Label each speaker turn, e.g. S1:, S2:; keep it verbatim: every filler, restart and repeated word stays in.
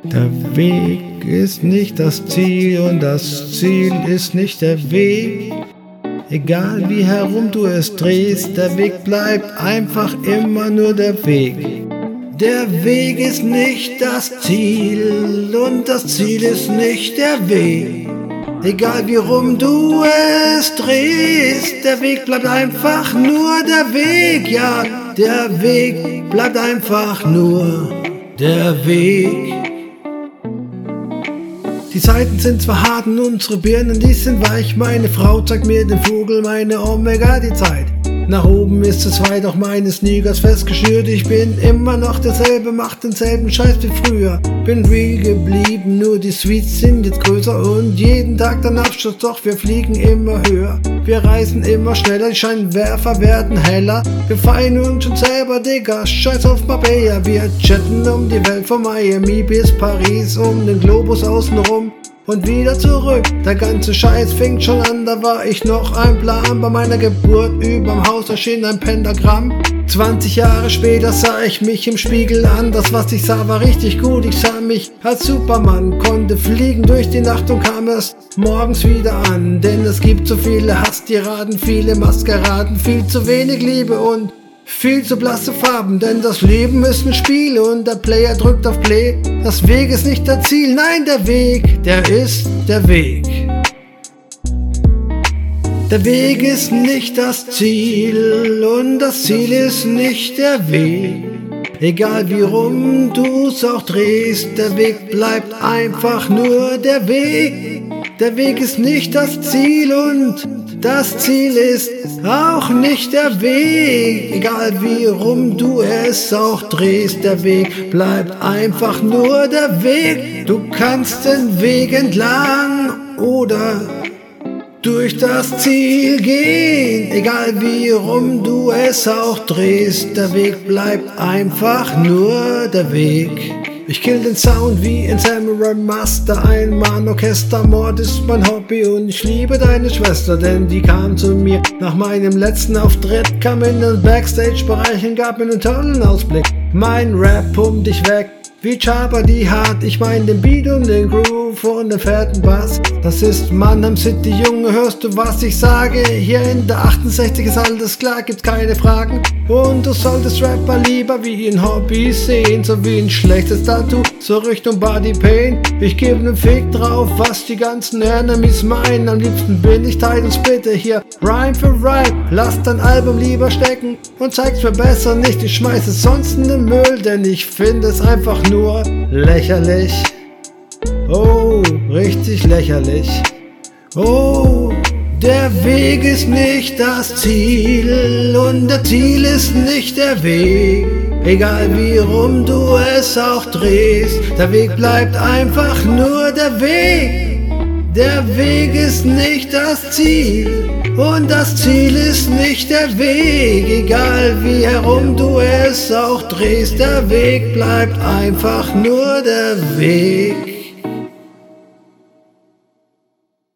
S1: Der Weg ist nicht das Ziel und das Ziel ist nicht der Weg. Egal wie herum du es drehst, der Weg bleibt einfach immer nur der Weg. Der Weg ist nicht das Ziel und das Ziel ist nicht der Weg. Egal wie rum du es drehst, der Weg bleibt einfach nur der Weg. Ja, der Weg bleibt einfach nur der Weg. Die Zeiten sind zwar hart und unsere Birnen, die sind weich. Meine Frau zeigt mir den Vogel, meine Omega die Zeit. Nach oben ist es weit, auch meine Sneakers festgeschnürt. Ich bin immer noch derselbe, mach denselben Scheiß wie früher. Bin real geblieben, nur die Suites sind jetzt größer und jeden Tag dann Abschluss, doch wir fliegen immer höher. Wir reisen immer schneller, die Scheinwerfer werden heller. Wir feiern uns schon selber, Digga, scheiß auf Marbella. Wir chatten um die Welt von Miami bis Paris, um den Globus außenrum und wieder zurück. Der ganze Scheiß fing schon an, da war ich noch ein Plan. Bei meiner Geburt überm Haus erschien ein Pentagramm. zwanzig Jahre später sah ich mich im Spiegel an. Das was ich sah war richtig gut, ich sah mich als Superman. Konnte fliegen durch die Nacht und kam erst morgens wieder an. Denn es gibt so viele Hasstiraden, viele Maskeraden, viel zu wenig Liebe und viel zu blasse Farben, denn das Leben ist ein Spiel und der Player drückt auf Play. Das Weg ist nicht das Ziel, nein, der Weg, der ist der Weg. Der Weg ist nicht das Ziel und das Ziel ist nicht der Weg. Egal wie rum du's auch drehst, der Weg bleibt einfach nur der Weg. Der Weg ist nicht das Ziel und das Ziel ist auch nicht der Weg. Egal wie rum du es auch drehst, der Weg bleibt einfach nur der Weg. Du kannst den Weg entlang oder durch das Ziel gehen. Egal wie rum du es auch drehst, der Weg bleibt einfach nur der Weg. Ich kill den Sound wie ein Samurai Master, ein Mann-Orchester, Mord ist mein Hobby und ich liebe deine Schwester, denn die kam zu mir nach meinem letzten Auftritt, kam in den Backstage-Bereich und gab mir einen tollen Ausblick. Mein Rap pumpt dich weg, wie Chaba die Hart, ich mein den Beat und den Groove und den fetten Bass. Das ist Mannheim City, Junge, hörst du was ich sage? Hier in der achtundsechzig ist alles klar, gibt's keine Fragen. Und du solltest Rapper lieber wie ein Hobby sehen, so wie ein schlechtes Tattoo, so Richtung Body Pain. Ich gebe nen Fick drauf, was die ganzen Enemies meinen. Am liebsten bin ich Teil und Splitter hier, Rhyme für Rhyme. Lass dein Album lieber stecken und zeig's mir besser nicht. Ich schmeiß es sonst in den Müll, denn ich finde es einfach nur lächerlich. Oh, richtig lächerlich. Oh, der Weg ist nicht das Ziel und der Ziel ist nicht der Weg. Egal wie rum du es auch drehst, der Weg bleibt einfach nur der Weg. Der Weg ist nicht das Ziel und das Ziel ist nicht der Weg. Egal wie herum du es auch drehst, der Weg bleibt einfach nur der Weg.